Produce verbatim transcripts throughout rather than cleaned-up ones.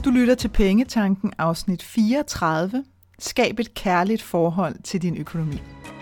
Du lytter til Pengetanken, afsnit fireogtredive. Skab et kærligt forhold til din økonomi.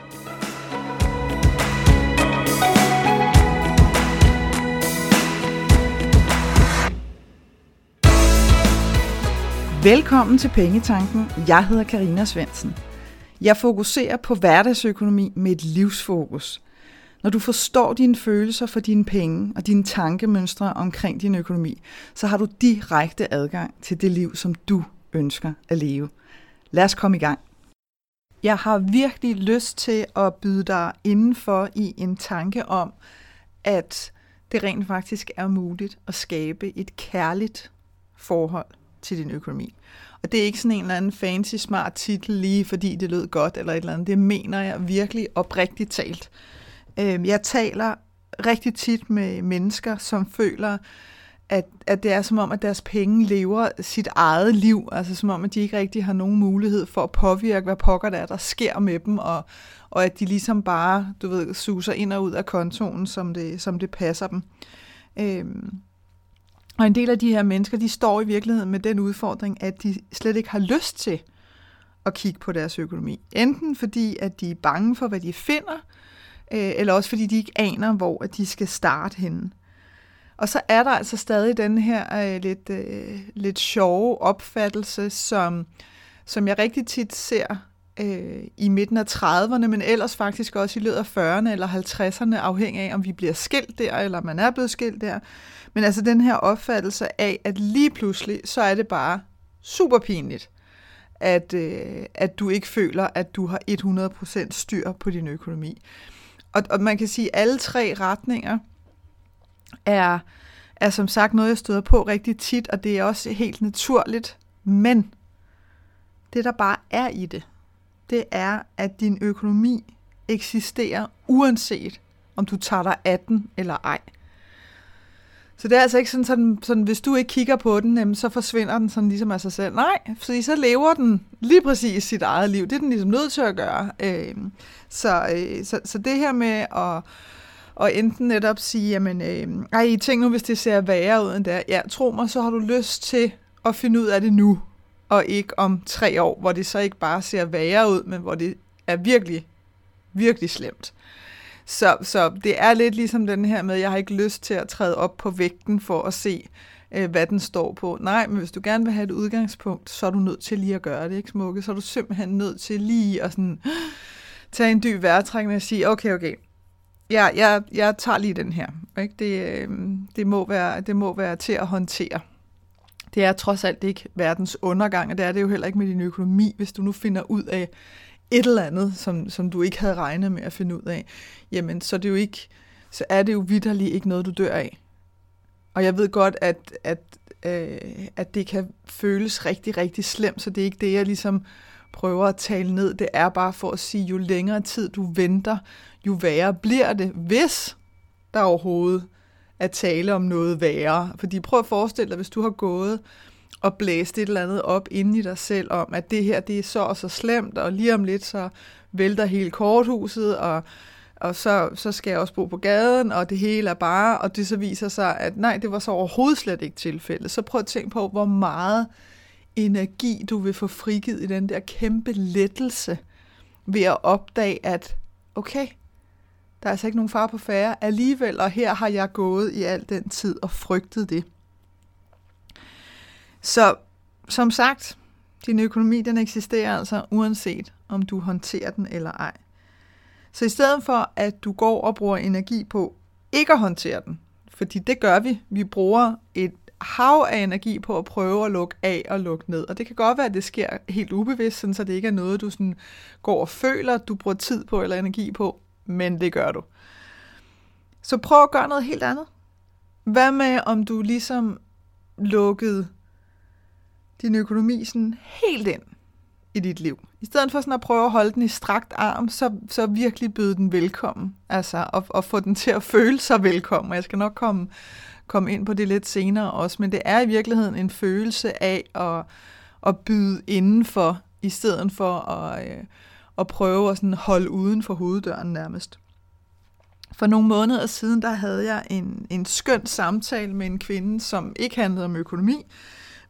Velkommen til Pengetanken. Jeg hedder Karina Svendsen. Jeg fokuserer på hverdagsøkonomi med et livsfokus. Når du forstår dine følelser for dine penge og dine tankemønstre omkring din økonomi, så har du direkte adgang til det liv, som du ønsker at leve. Lad os komme i gang. Jeg har virkelig lyst til at byde dig indenfor i en tanke om, at det rent faktisk er muligt at skabe et kærligt forhold til din økonomi. Og det er ikke sådan en eller anden fancy smart titel lige fordi det lød godt eller et eller andet. Det mener jeg virkelig oprigtigt talt. Jeg taler rigtig tit med mennesker, som føler, at, at det er som om, at deres penge lever sit eget liv. Altså som om, at de ikke rigtig har nogen mulighed for at påvirke, hvad pokker der er, der sker med dem. Og, og at de ligesom bare, du ved, suser ind og ud af kontoen, som det, som det passer dem. Øhm, og en del af de her mennesker, de står i virkeligheden med den udfordring, at de slet ikke har lyst til at kigge på deres økonomi. Enten fordi, at de er bange for, hvad de finder, eller også fordi de ikke aner, hvor de skal starte henne. Og så er der altså stadig den her øh, lidt, øh, lidt sjove opfattelse, som, som jeg rigtig tit ser øh, i midten af trediverne, men ellers faktisk også i løbet af fyrrerne eller halvtredserne, afhængig af, om vi bliver skilt der, eller man er blevet skilt der. Men altså den her opfattelse af, at lige pludselig, så er det bare super pinligt, at, øh, at du ikke føler, at du har hundrede procent styr på din økonomi. Og, og man kan sige, at alle tre retninger er, er som sagt noget, jeg støder på rigtig tit, og det er også helt naturligt. Men det, der bare er i det, det er, at din økonomi eksisterer, uanset om du tager dig af den eller ej. Så det er altså ikke sådan, sådan, sådan hvis du ikke kigger på den, jamen, så forsvinder den sådan ligesom af sig selv. Nej, fordi så lever den lige præcis sit eget liv. Det er den ligesom nødt til at gøre. Øh, så, øh, så, så det her med at, at enten netop sige, jamen, øh, ej, I tænker nu, hvis det ser værre ud end det er. Ja, tro mig, så har du lyst til at finde ud af det nu, og ikke om tre år, hvor det så ikke bare ser værre ud, men hvor det er virkelig, virkelig slemt. Så, så det er lidt ligesom den her med, at jeg har ikke lyst til at træde op på vægten for at se, øh, hvad den står på. Nej, men hvis du gerne vil have et udgangspunkt, så er du nødt til lige at gøre det, ikke Smukke? Så er du simpelthen nødt til lige at sådan, tage en dyb vejrtrækning og sige, okay, okay, ja, jeg, jeg tager lige den her. Ikke? Det, øh, det, må være, det må være til at håndtere. Det er trods alt ikke verdens undergang, og det er det jo heller ikke med din økonomi, hvis du nu finder ud af, et eller andet, som, som du ikke havde regnet med at finde ud af, jamen så er det jo ikke, så er det jo vitterligt ikke noget, du dør af. Og jeg ved godt, at, at, øh, at det kan føles rigtig, rigtig slemt, så det er ikke det, jeg ligesom prøver at tale ned. Det er bare for at sige, jo længere tid du venter, jo værre bliver det, hvis der overhovedet er tale om noget værre. Fordi prøv at forestille dig, hvis du har gået og blæst et eller andet op inde i dig selv om, at det her, det er så og så slemt, og lige om lidt, så vælter hele korthuset, og, og så, så skal jeg også bo på gaden, og det hele er bare, og det så viser sig, at nej, det var så overhovedet slet ikke tilfældet. Så prøv at tænke på, hvor meget energi du vil få frigivet i den der kæmpe lettelse, ved at opdage, at okay, der er altså ikke nogen fare på færde alligevel, og her har jeg gået i al den tid og frygtet det. Så som sagt, din økonomi, den eksisterer altså uanset om du håndterer den eller ej. Så i stedet for at du går og bruger energi på ikke at håndtere den, fordi det gør vi, vi bruger et hav af energi på at prøve at lukke af og lukke ned. Og det kan godt være, at det sker helt ubevidst, sådan, så det ikke er noget, du sådan går og føler, at du bruger tid på eller energi på, men det gør du. Så prøv at gøre noget helt andet. Hvad med, om du ligesom lukkede din økonomi sådan helt ind i dit liv. I stedet for sådan at prøve at holde den i strakt arm, så, så virkelig byde den velkommen. Altså, og, og få den til at føle sig velkommen. Og jeg skal nok komme, komme ind på det lidt senere også, men det er i virkeligheden en følelse af at, at byde indenfor, i stedet for at, øh, at prøve at sådan holde uden for hoveddøren nærmest. For nogle måneder siden, der havde jeg en, en skøn samtale med en kvinde, som ikke handlede om økonomi,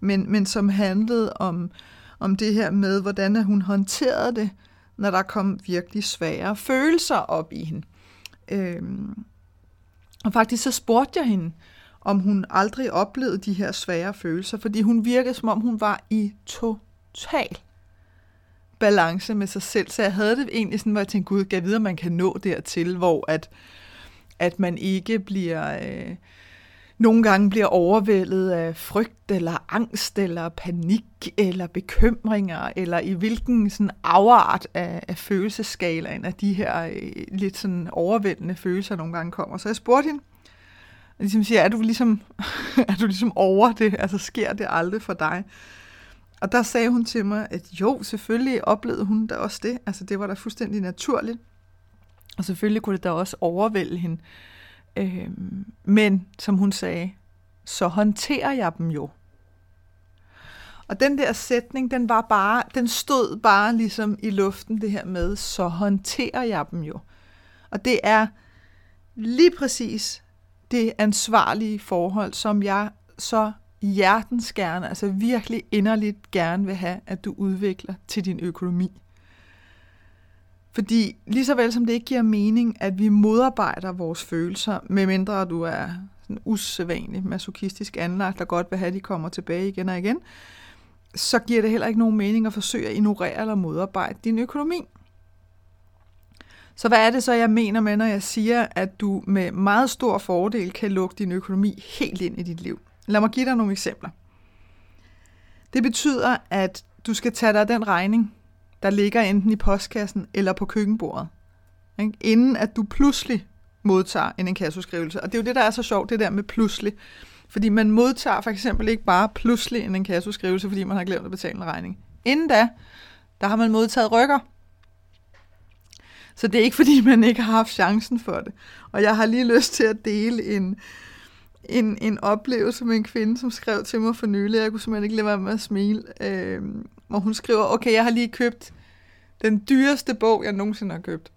men, men som handlede om, om det her med, hvordan hun håndterede det, når der kom virkelig svære følelser op i hende. Øhm, og faktisk så spurgte jeg hende, om hun aldrig oplevede de her svære følelser, fordi hun virkede, som om hun var i total balance med sig selv. Så jeg havde det egentlig sådan, hvor jeg tænkte, gud, jeg ved, at man kan nå dertil, hvor at, at man ikke bliver, øh, nogle gange bliver overvældet af frygt, eller angst, eller panik, eller bekymringer, eller i hvilken sådan afart af, af følelsesskalaen af de her øh, lidt sådan overvældende følelser nogle gange kommer. Så jeg spurgte hende, og ligesom siger, er du ligesom, er du ligesom over det? Altså sker det aldrig for dig? Og der sagde hun til mig, at jo, selvfølgelig oplevede hun da også det. Altså det var da fuldstændig naturligt. Og selvfølgelig kunne det da også overvælde hende. Øhm, men som hun sagde, så håndterer jeg dem jo. Og den der sætning, den var bare, den stod bare ligesom i luften, det her med, så håndterer jeg dem jo. Og det er lige præcis det ansvarlige forhold, som jeg så hjertens gerne, altså virkelig inderligt gerne vil have, at du udvikler til din økonomi. Fordi lige så vel som det ikke giver mening, at vi modarbejder vores følelser, medmindre du er sådan usædvanlig masochistisk anlagt, der godt vil have, at de kommer tilbage igen og igen, så giver det heller ikke nogen mening at forsøge at ignorere eller modarbejde din økonomi. Så hvad er det så, jeg mener med, når jeg siger, at du med meget stor fordel kan lukke din økonomi helt ind i dit liv? Lad mig give dig nogle eksempler. Det betyder, at du skal tage dig den regning, der ligger enten i postkassen eller på køkkenbordet, ikke? Inden at du pludselig modtager en inkassoskrivelse. Og det er jo det, der er så sjovt, det der med pludselig. Fordi man modtager for eksempel ikke bare pludselig en inkassoskrivelse, fordi man har glemt at betale en regning. Inden da, der har man modtaget rykker. Så det er ikke, fordi man ikke har haft chancen for det. Og jeg har lige lyst til at dele en, en, en oplevelse med en kvinde, som skrev til mig for nylig. Jeg kunne simpelthen ikke lade være med at smile. Øh, hvor hun skriver, okay, jeg har lige købt den dyreste bog, jeg nogensinde har købt.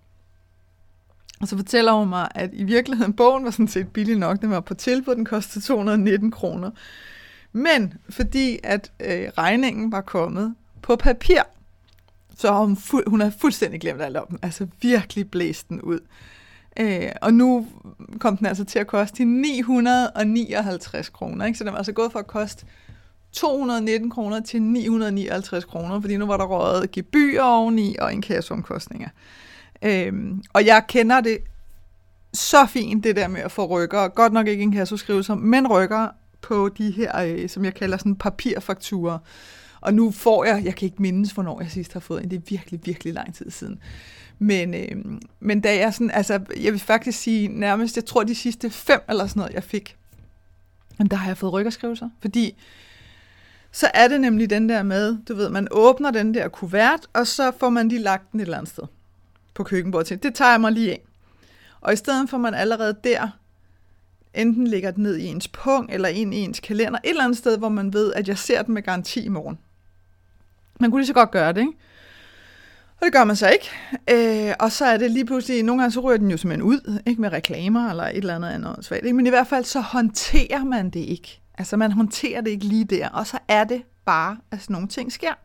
Og så fortæller hun mig, at i virkeligheden bogen var sådan set billig nok. Den var på tilbud, den kostede to hundrede og nitten kroner. Men fordi at øh, regningen var kommet på papir, så har hun, fu- hun har fuldstændig glemt alt om den. Altså virkelig blæst den ud. Øh, og nu kom den altså til at koste ni hundrede og nioghalvtreds kroner. Ikke? Så den var altså gået fra at koste to hundrede og nitten kroner til ni hundrede og nioghalvtreds kroner, fordi nu var der røget gebyr oveni og inkassoomkostninger. Øhm, og jeg kender det så fint, det der med at få rykker. Godt nok ikke inkassoskrivelser, men rykker på de her, øh, som jeg kalder sådan papirfakturer. Og nu får jeg, jeg kan ikke mindes, hvornår jeg sidst har fået en. Det er virkelig, virkelig lang tid siden. Men, øh, men da jeg sådan, altså, jeg vil faktisk sige nærmest, jeg tror de sidste fem eller sådan noget, jeg fik, der har jeg fået rykkerskrivelser. Fordi så er det nemlig den der med, du ved, man åbner den der kuvert, og så får man lige lagt den et eller andet sted på køkkenbordet til. Det tager jeg mig lige af. Og i stedet for, man allerede der, enten lægger den ned i ens pung, eller ind i ens kalender, et eller andet sted, hvor man ved, at jeg ser den med garanti i morgen. Man kunne lige så godt gøre det, ikke? Og det gør man så ikke. Øh, og så er det lige pludselig, nogle gange så ryger den jo simpelthen ud, ikke med reklamer, eller et eller andet andet svagt, ikke? Men i hvert fald så håndterer man det ikke. Altså man håndterer det ikke lige der, og så er det bare, at sådan nogle ting sker.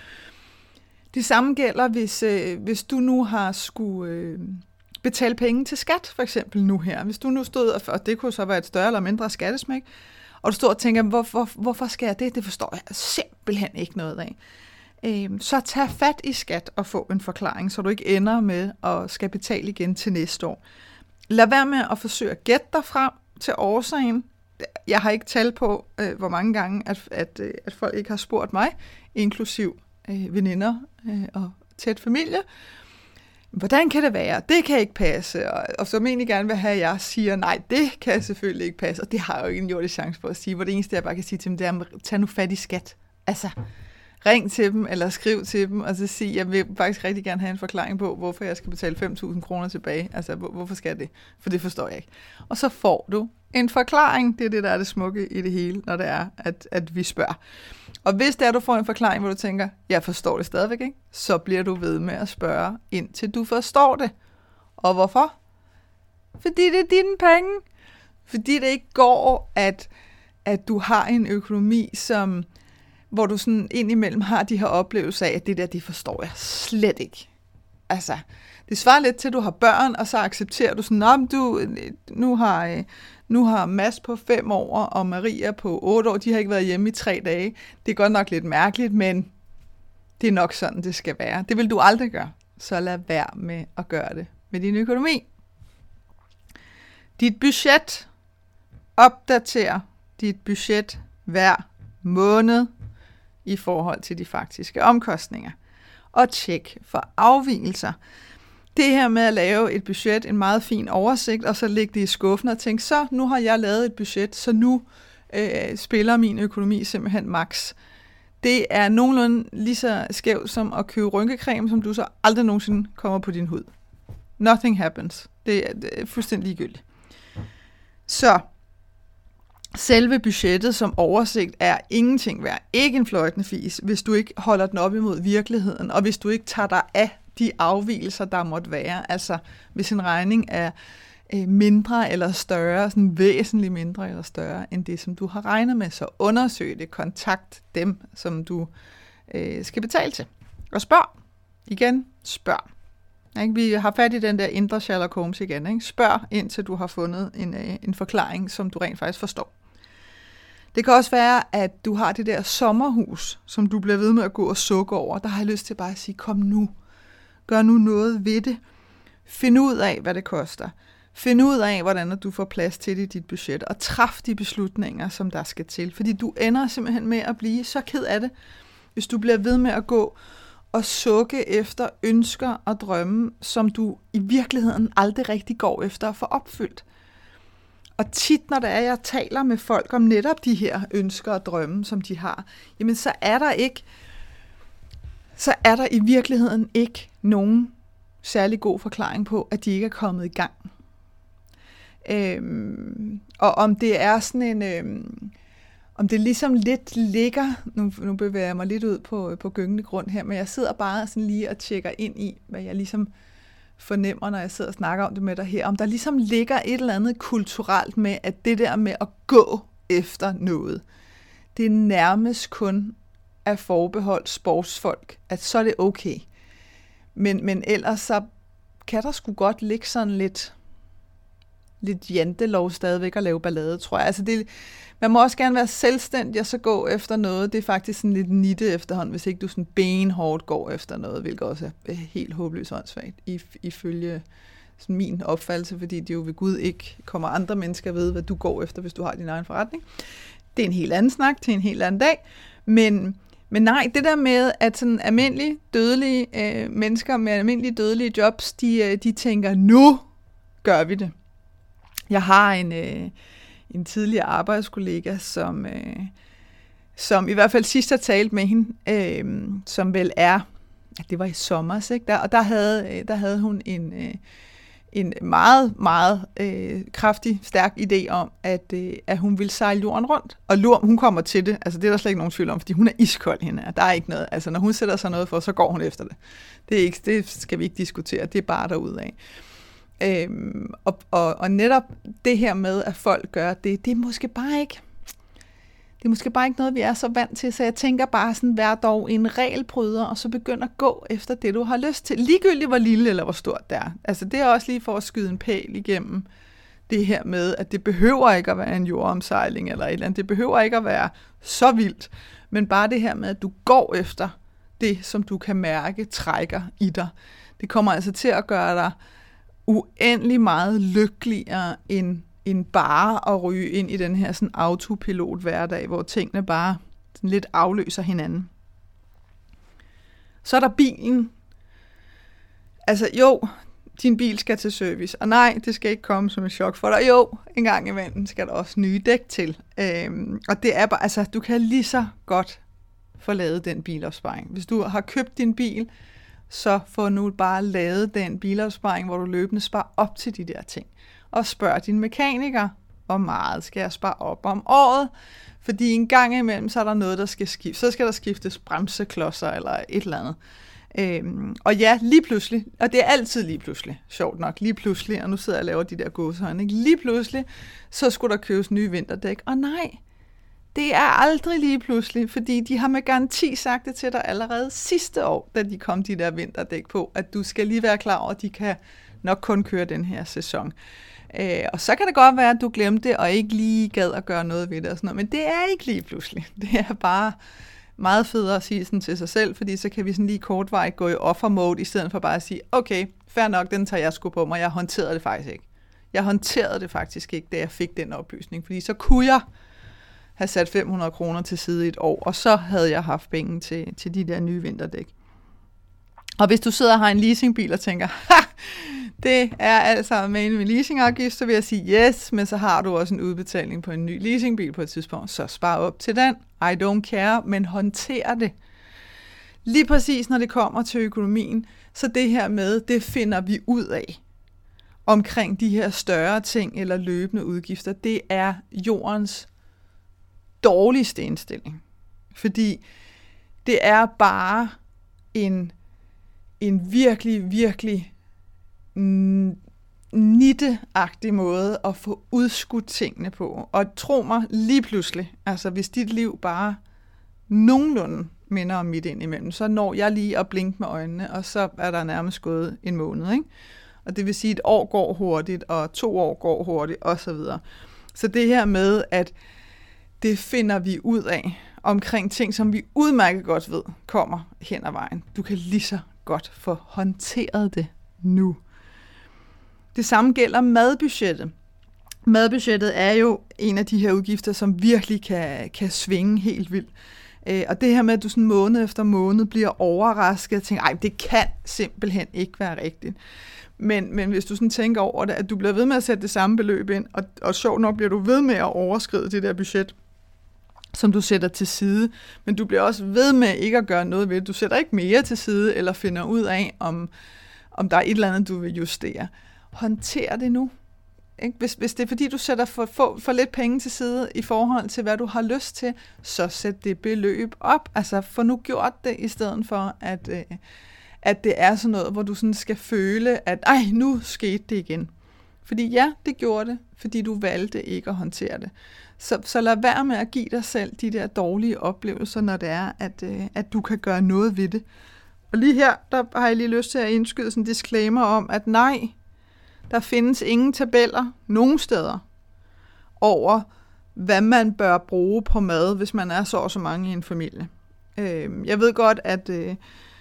Det samme gælder, hvis, øh, hvis du nu har skulle øh, betale penge til skat, for eksempel nu her. Hvis du nu stod, og det kunne så være et større eller mindre skattesmæk, og du står og tænker, hvor, hvor, hvorfor skal jeg det? Det forstår jeg simpelthen ikke noget af. Øh, så tag fat i skat og få en forklaring, så du ikke ender med at skal betale igen til næste år. Lad være med at forsøge at gætte dig frem til årsagen. Jeg har ikke tal på, øh, hvor mange gange, at, at, øh, at folk ikke har spurgt mig, inklusiv øh, veninder øh, og tæt familie. Hvordan kan det være? Det kan ikke passe. Og, og så egentlig gerne vil have, at jeg siger, nej, det kan selvfølgelig ikke passe. Og det har jeg jo ikke en jordisk chance for at sige. Hvor det eneste, jeg bare kan sige til dem, det er, tag nu fat i skat. Altså, ring til dem, eller skriv til dem, og så sig, jeg vil faktisk rigtig gerne have en forklaring på, hvorfor jeg skal betale fem tusind kroner tilbage. Altså, hvor, hvorfor skal jeg det? For det forstår jeg ikke. Og så får du en forklaring. Det er det, der er det smukke i det hele, når det er, at, at vi spørger. Og hvis det er, du får en forklaring, hvor du tænker, jeg forstår det stadigvæk ikke, så bliver du ved med at spørge, indtil du forstår det. Og hvorfor? Fordi det er dine penge. Fordi det ikke går, at, at du har en økonomi, som hvor du sådan indimellem har de her oplevelser af, at det der, det forstår jeg slet ikke. Altså, det svarer lidt til, at du har børn, og så accepterer du sådan, at du nu har, nu har Mads på fem år, og Maria på otte år, de har ikke været hjemme i tre dage. Det er godt nok lidt mærkeligt, men det er nok sådan, det skal være. Det vil du aldrig gøre, så lad være med at gøre det med din økonomi. Dit budget. Opdater dit budget hver måned i forhold til de faktiske omkostninger. Og tjek for afvigelser. Det her med at lave et budget, en meget fin oversigt, og så lægge det i skuffen og tænke, så nu har jeg lavet et budget, så nu øh, spiller min økonomi simpelthen max. Det er nogenlunde lige så skævt som at købe rynkecreme, som du så aldrig nogensinde kommer på din hud. Nothing happens. Det er, det er fuldstændig ligegyldigt. Så selve budgettet som oversigt er ingenting værd. Ikke en fløjtende fis, hvis du ikke holder den op imod virkeligheden, og hvis du ikke tager dig af de afvigelser, der måtte være. Altså, hvis en regning er øh, mindre eller større, sådan væsentligt mindre eller større, end det, som du har regnet med, så undersøg det, kontakt dem, som du øh, skal betale til. Og spørg. Igen, spørg. Ikke? Vi har fat i den der indre Sherlock Holmes igen. Ikke? Spørg, indtil du har fundet en, øh, en forklaring, som du rent faktisk forstår. Det kan også være, at du har det der sommerhus, som du bliver ved med at gå og sukke over. Der har jeg lyst til bare at sige, kom nu. Gør nu noget ved det. Find ud af, hvad det koster. Find ud af, hvordan du får plads til det i dit budget. Og træf de beslutninger, som der skal til. Fordi du ender simpelthen med at blive så ked af det, hvis du bliver ved med at gå og sukke efter ønsker og drømme, som du i virkeligheden aldrig rigtig går efter at få opfyldt. Og tit, når det er, jeg taler med folk om netop de her ønsker og drømme, som de har, jamen så er der ikke, så er der i virkeligheden ikke nogen særlig god forklaring på, at de ikke er kommet i gang. Øhm, og om det er sådan en, øhm, om det ligesom lidt ligger, nu, nu bevæger jeg mig lidt ud på, på gyngende grund her, men jeg sidder bare sådan lige og tjekker ind i, hvad jeg ligesom fornemmer, når jeg sidder og snakker om det med dig her, om der ligesom ligger et eller andet kulturelt med, at det der med at gå efter noget, det er nærmest kun at forbeholdt sportsfolk, at så er det okay. Men, men ellers så kan der sgu godt ligge sådan lidt, lidt jantelov stadigvæk at lave ballade, tror jeg. Altså det, man må også gerne være selvstændig og så gå efter noget. Det er faktisk sådan lidt nitte efterhånden, hvis ikke du sådan benhårdt går efter noget, hvilket også er helt håbløst åndssvagt, ifølge sådan min opfattelse, fordi det jo ved Gud ikke kommer andre mennesker ved, hvad du går efter, hvis du har din egen forretning. Det er en helt anden snak til en helt anden dag, men Men nej, det der med, at sådan almindelige, dødelige øh, mennesker med almindelige, dødelige jobs, de, øh, de tænker, nu gør vi det. Jeg har en, øh, en tidligere arbejdskollega, som, øh, som i hvert fald sidst har talt med hende, øh, som vel er, ja, det var i sommer, ikke? Der, og der havde, der havde hun en, øh, en meget, meget øh, kraftig, stærk idé om, at, øh, at hun ville sejle jorden rundt. Og lur, hun kommer til det, altså det er der slet ikke nogen tvivl om, fordi hun er iskold hende. Der er ikke noget, altså når hun sætter sig noget for, så går hun efter det. Det, er ikke, det skal vi ikke diskutere, det er bare derudad. Øhm, og, og, og netop det her med, at folk gør det, det er måske bare ikke, det er måske bare ikke noget, vi er så vant til, så jeg tænker bare sådan, vær dog en regelbryder, og så begynd at gå efter det, du har lyst til. Ligegyldigt hvor lille eller hvor stort det er. Altså det er også lige for at skyde en pæl igennem det her med, at det behøver ikke at være en jordomsejling eller et eller andet. Det behøver ikke at være så vildt, men bare det her med, at du går efter det, som du kan mærke trækker i dig. Det kommer altså til at gøre dig uendelig meget lykkeligere end end bare at ryge ind i den her sådan autopilot hverdag, hvor tingene bare sådan lidt afløser hinanden. Så er der bilen. Altså jo, din bil skal til service, og nej, det skal ikke komme som et chok for dig. Jo, en gang imellem skal der også nye dæk til. Øhm, og det er bare, altså du kan lige så godt få lavet den bilopsparing. Hvis du har købt din bil, så få nu bare lavet den bilopsparing, hvor du løbende sparer op til de der ting. Og spørg din mekaniker, hvor meget skal jeg spare op om året, fordi en gang imellem, så er der noget, der skal skiftes. Så skal der skiftes bremseklodser eller et eller andet. Øhm, og ja, lige pludselig, og det er altid lige pludselig, sjovt nok, lige pludselig, og nu sidder jeg og laver de der gåsehøjne, ikke? Lige pludselig, så skulle der købes nye vinterdæk, og nej, det er aldrig lige pludselig, fordi de har med garanti sagt det til dig allerede sidste år, da de kom de der vinterdæk på, at du skal lige være klar over, at de kan nok kun køre den her sæson. Øh, og så kan det godt være, at du glemte det, og ikke lige gad at gøre noget ved det og sådan noget, men det er ikke lige pludselig. Det er bare meget federe at sige sådan til sig selv, fordi så kan vi sådan lige kortvarigt gå i offer-mode, i stedet for bare at sige, okay, fair nok, den tager jeg sgu på mig, jeg håndterede det faktisk ikke. Jeg håndterede det faktisk ikke, da jeg fik den oplysning, fordi så kunne jeg have sat fem hundrede kroner til side i et år, og så havde jeg haft penge til, til de der nye vinterdæk. Og hvis du sidder og har en leasingbil og tænker, ha, det er altså med en leasingafgift, så vil jeg sige yes, men så har du også en udbetaling på en ny leasingbil på et tidspunkt, så spar op til den. I don't care, men håndter det. Lige præcis når det kommer til økonomien, så det her med, det finder vi ud af omkring de her større ting eller løbende udgifter, det er jordens dårligste indstilling. Fordi det er bare en, en virkelig, virkelig nitteagtig måde at få udskudt tingene på. Og tro mig, lige pludselig, altså hvis dit liv bare nogenlunde minder om mit indimellem, så når jeg lige at blinke med øjnene, og så er der nærmest gået en måned, ikke? Og det vil sige, at et år går hurtigt, og to år går hurtigt, og så videre. Så det her med, at det finder vi ud af omkring ting, som vi udmærket godt ved, kommer hen ad vejen. Du kan lige så godt få håndteret det nu. Det samme gælder madbudgettet. Madbudgettet er jo en af de her udgifter, som virkelig kan, kan svinge helt vildt. Øh, og det her med, at du sådan måned efter måned bliver overrasket og tænker, ej, det kan simpelthen ikke være rigtigt. Men, men hvis du sådan tænker over det, at du bliver ved med at sætte det samme beløb ind, og, og sjovt nok bliver du ved med at overskride det der budget, som du sætter til side, men du bliver også ved med ikke at gøre noget ved det. Du sætter ikke mere til side, eller finder ud af, om, om der er et eller andet, du vil justere. Håndter det nu. Ikke? Hvis, hvis det er fordi, du sætter for, for, for lidt penge til side i forhold til, hvad du har lyst til, så sæt det beløb op. Altså, få nu gjort det, i stedet for, at, øh, at det er sådan noget, hvor du sådan skal føle, at ej, nu skete det igen. Fordi ja, det gjorde det, fordi du valgte ikke at håndtere det. Så, så lad være med at give dig selv de der dårlige oplevelser, når det er, at, øh, at du kan gøre noget ved det. Og lige her, der har jeg lige lyst til at indskyde sådan en disclaimer om, at nej, der findes ingen tabeller nogen steder over, hvad man bør bruge på mad, hvis man er så og så mange i en familie. Øh, jeg ved godt, at, øh,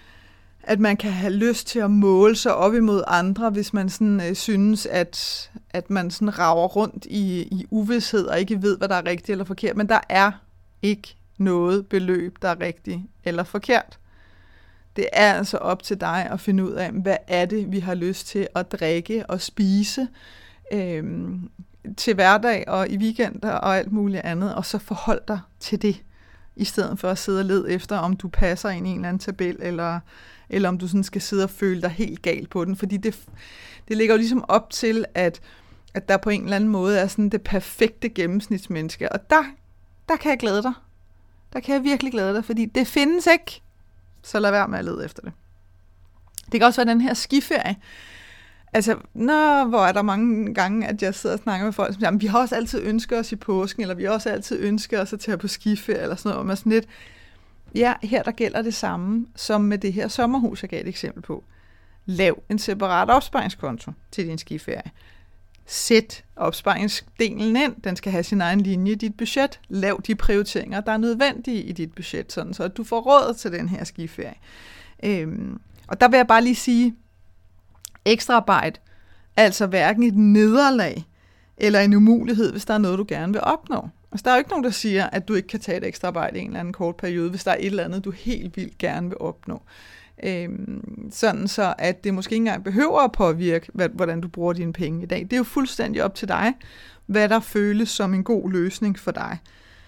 at man kan have lyst til at måle sig op imod andre, hvis man sådan, øh, synes, at, at man sådan rager rundt i, i uvished og ikke ved, hvad der er rigtigt eller forkert. Men der er ikke noget beløb, der er rigtigt eller forkert. Det er altså op til dig at finde ud af, hvad er det, vi har lyst til at drikke og spise øhm, til hverdag og i weekender og alt muligt andet, og så forhold dig til det, i stedet for at sidde og lede efter, om du passer ind i en eller anden tabel, eller, eller om du sådan skal sidde og føle dig helt galt på den, fordi det, det ligger jo ligesom op til, at, at der på en eller anden måde er sådan det perfekte gennemsnitsmenneske, og der, der kan jeg glæde dig. Der kan jeg virkelig glæde dig, fordi det findes ikke. Så lad være med at lede efter det. Det kan også være den her skiferie. Altså, nå, hvor er der mange gange, at jeg sidder og snakker med folk, som siger, vi har også altid ønsket os i påsken, eller vi har også altid ønsket os at tage på skiferie, eller sådan noget, og man sådan lidt, ja, her der gælder det samme, som med det her sommerhus, jeg gav et eksempel på. Lav en separat opsparingskonto til din skiferie. Sæt opsparingsdelen ind, den skal have sin egen linje i dit budget. Lav de prioriteringer, der er nødvendige i dit budget, sådan så at du får råd til den her skiferie. Øhm, og der vil jeg bare lige sige, ekstra arbejde, altså hverken et nederlag eller en umulighed, hvis der er noget, du gerne vil opnå. Altså, der er jo ikke nogen, der siger, at du ikke kan tage et ekstra arbejde i en eller anden kort periode, hvis der er et eller andet, du helt vildt gerne vil opnå. Øhm, sådan så, at det måske ikke engang behøver at påvirke, hvad, hvordan du bruger dine penge i dag. Det er jo fuldstændig op til dig, hvad der føles som en god løsning for dig.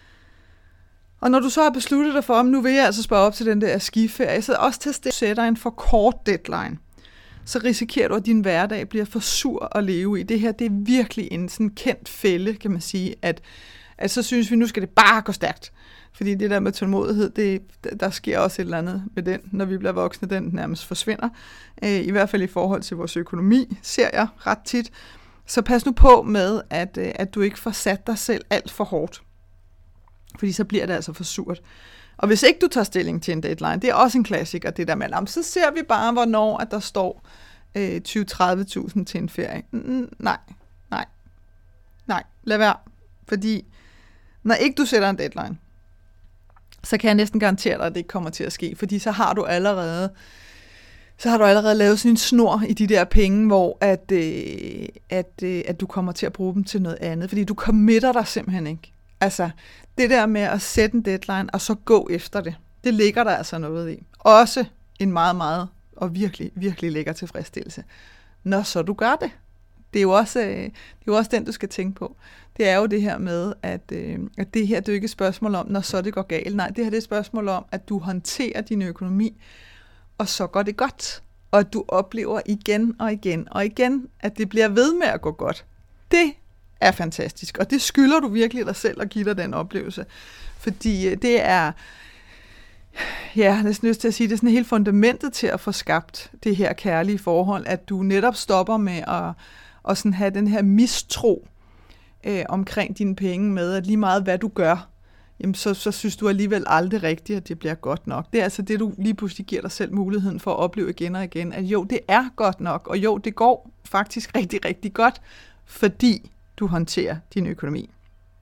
Og når du så har besluttet dig for, om nu vil jeg altså spare op til den der skiferie, så også til at sætte en for kort deadline, så risikerer du, at din hverdag bliver for sur at leve i. Det her, det er virkelig en sådan kendt fælde, kan man sige, at, at så synes vi, nu skal det bare gå stærkt. Fordi det der med tålmodighed, det, der sker også et eller andet med den, når vi bliver voksne, den nærmest forsvinder. Øh, I hvert fald i forhold til vores økonomi, ser jeg ret tit. Så pas nu på med, at, at du ikke får sat dig selv alt for hårdt. Fordi så bliver det altså for surt. Og hvis ikke du tager stilling til en deadline, det er også en klassiker, det der med, så ser vi bare, hvornår at der står øh, tyve til tredive tusind til en ferie. Mm, nej, nej, nej, lad være. Fordi når ikke du sætter en deadline, så kan jeg næsten garantere dig, at det ikke kommer til at ske. Fordi så har du allerede, så har du allerede lavet sådan en snor i de der penge, hvor at, øh, at, øh, at du kommer til at bruge dem til noget andet. Fordi du committer dig simpelthen ikke. Altså, det der med at sætte en deadline, og så gå efter det, det ligger der altså noget i. Også en meget, meget, og virkelig, virkelig lækker tilfredsstillelse. Når så du gør det. Det er jo også, det er jo også den, du skal tænke på. Det er jo det her med, at, at det her det er jo ikke et spørgsmål om, når så det går galt. Nej, det her det er et spørgsmål om, at du håndterer din økonomi, og så går det godt. Og at du oplever igen og igen og igen, at det bliver ved med at gå godt. Det er fantastisk, og det skylder du virkelig dig selv at give dig den oplevelse. Fordi det er, ja, jeg har næsten lyst til at sige, det er sådan helt fundamentet til at få skabt det her kærlige forhold, at du netop stopper med at, at sådan have den her mistro øh, omkring dine penge med, at lige meget hvad du gør, jamen så, så synes du alligevel aldrig rigtigt, at det bliver godt nok. Det er altså det, du lige pludselig giver dig selv muligheden for at opleve igen og igen, at jo, det er godt nok, og jo, det går faktisk rigtig, rigtig godt, fordi du håndterer din økonomi.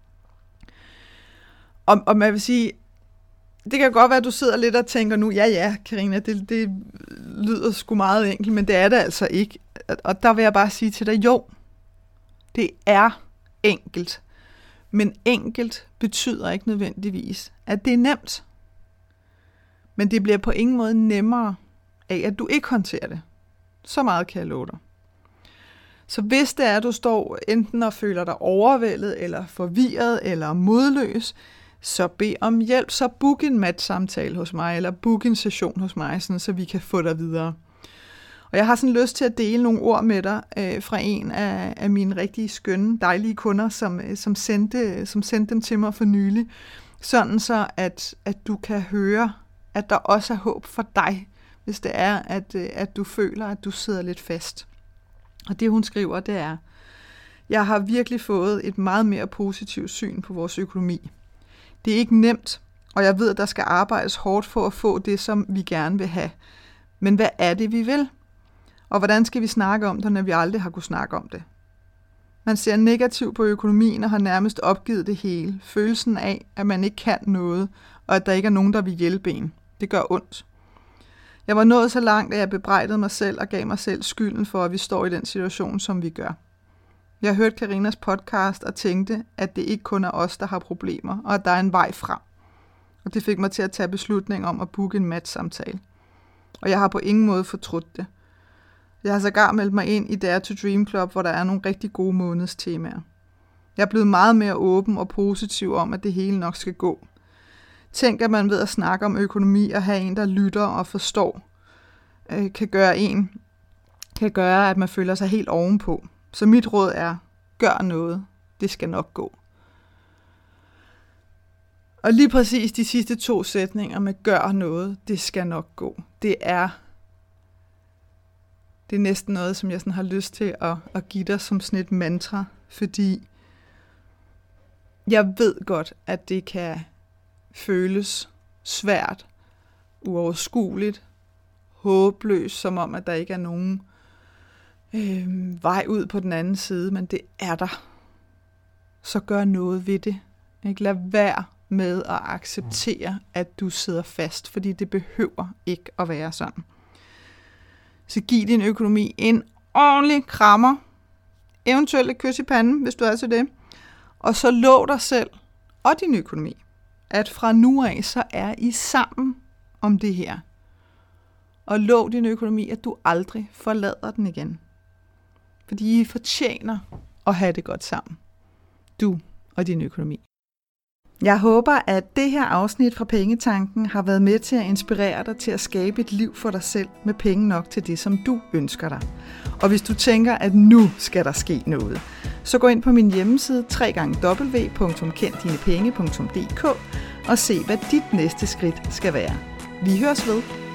Og, og man vil sige, det kan godt være, at du sidder lidt og tænker nu, ja ja, Karina, det, det lyder sgu meget enkelt, men det er det altså ikke. Og der vil jeg bare sige til dig, jo, det er enkelt. Men enkelt betyder ikke nødvendigvis, at det er nemt. Men det bliver på ingen måde nemmere af, at du ikke håndterer det. Så meget kan jeg love dig. Så hvis det er, at du står enten og føler dig overvældet, eller forvirret, eller modløs, så bed om hjælp, så book en match-samtale hos mig, eller book en session hos mig, sådan, så vi kan få dig videre. Og jeg har sådan lyst til at dele nogle ord med dig øh, fra en af, af mine rigtig skønne, dejlige kunder, som, som, sendte, som sendte dem til mig for nylig, sådan så, at, at du kan høre, at der også er håb for dig, hvis det er, at, at du føler, at du sidder lidt fast. Og det, hun skriver, det er, jeg har virkelig fået et meget mere positivt syn på vores økonomi. Det er ikke nemt, og jeg ved, at der skal arbejdes hårdt for at få det, som vi gerne vil have. Men hvad er det, vi vil? Og hvordan skal vi snakke om det, når vi aldrig har kunnet snakke om det? Man ser negativt på økonomien og har nærmest opgivet det hele. Følelsen af, at man ikke kan noget, og at der ikke er nogen, der vil hjælpe en. Det gør ondt. Jeg var nået så langt, at jeg bebrejdede mig selv og gav mig selv skylden for, at vi står i den situation, som vi gør. Jeg hørte Karinas podcast og tænkte, at det ikke kun er os, der har problemer, og at der er en vej frem. Og det fik mig til at tage beslutning om at booke en match-samtale. Og jeg har på ingen måde fortrudt det. Jeg har sågar meldt mig ind i Dare to Dream Club, hvor der er nogle rigtig gode månedstemaer. Jeg er blevet meget mere åben og positiv om, at det hele nok skal gå. Tænk, at man ved at snakke om økonomi og have en, der lytter og forstår, øh, kan gøre en, kan gøre, at man føler sig helt ovenpå. Så mit råd er, gør noget. Det skal nok gå. Og lige præcis de sidste to sætninger med gør noget, det skal nok gå. Det er, det er næsten noget, som jeg sådan har lyst til at, at give dig som sådan et mantra, fordi jeg ved godt, at det kan føles svært, uoverskueligt, håbløst, som om, at der ikke er nogen øh, vej ud på den anden side, men det er der. Så gør noget ved det. Ikke? Lad være med at acceptere, at du sidder fast, fordi det behøver ikke at være sådan. Så giv din økonomi en ordentlig krammer, eventuelt et kys i panden, hvis du er til det, og så lov dig selv og din økonomi, at fra nu af, så er I sammen om det her. Og lov din økonomi, at du aldrig forlader den igen. Fordi I fortjener at have det godt sammen. Du og din økonomi. Jeg håber, at det her afsnit fra Pengetanken har været med til at inspirere dig til at skabe et liv for dig selv med penge nok til det, som du ønsker dig. Og hvis du tænker, at nu skal der ske noget, så gå ind på min hjemmeside w w w punktum kend dine penge punktum d k og se, hvad dit næste skridt skal være. Vi høres ved.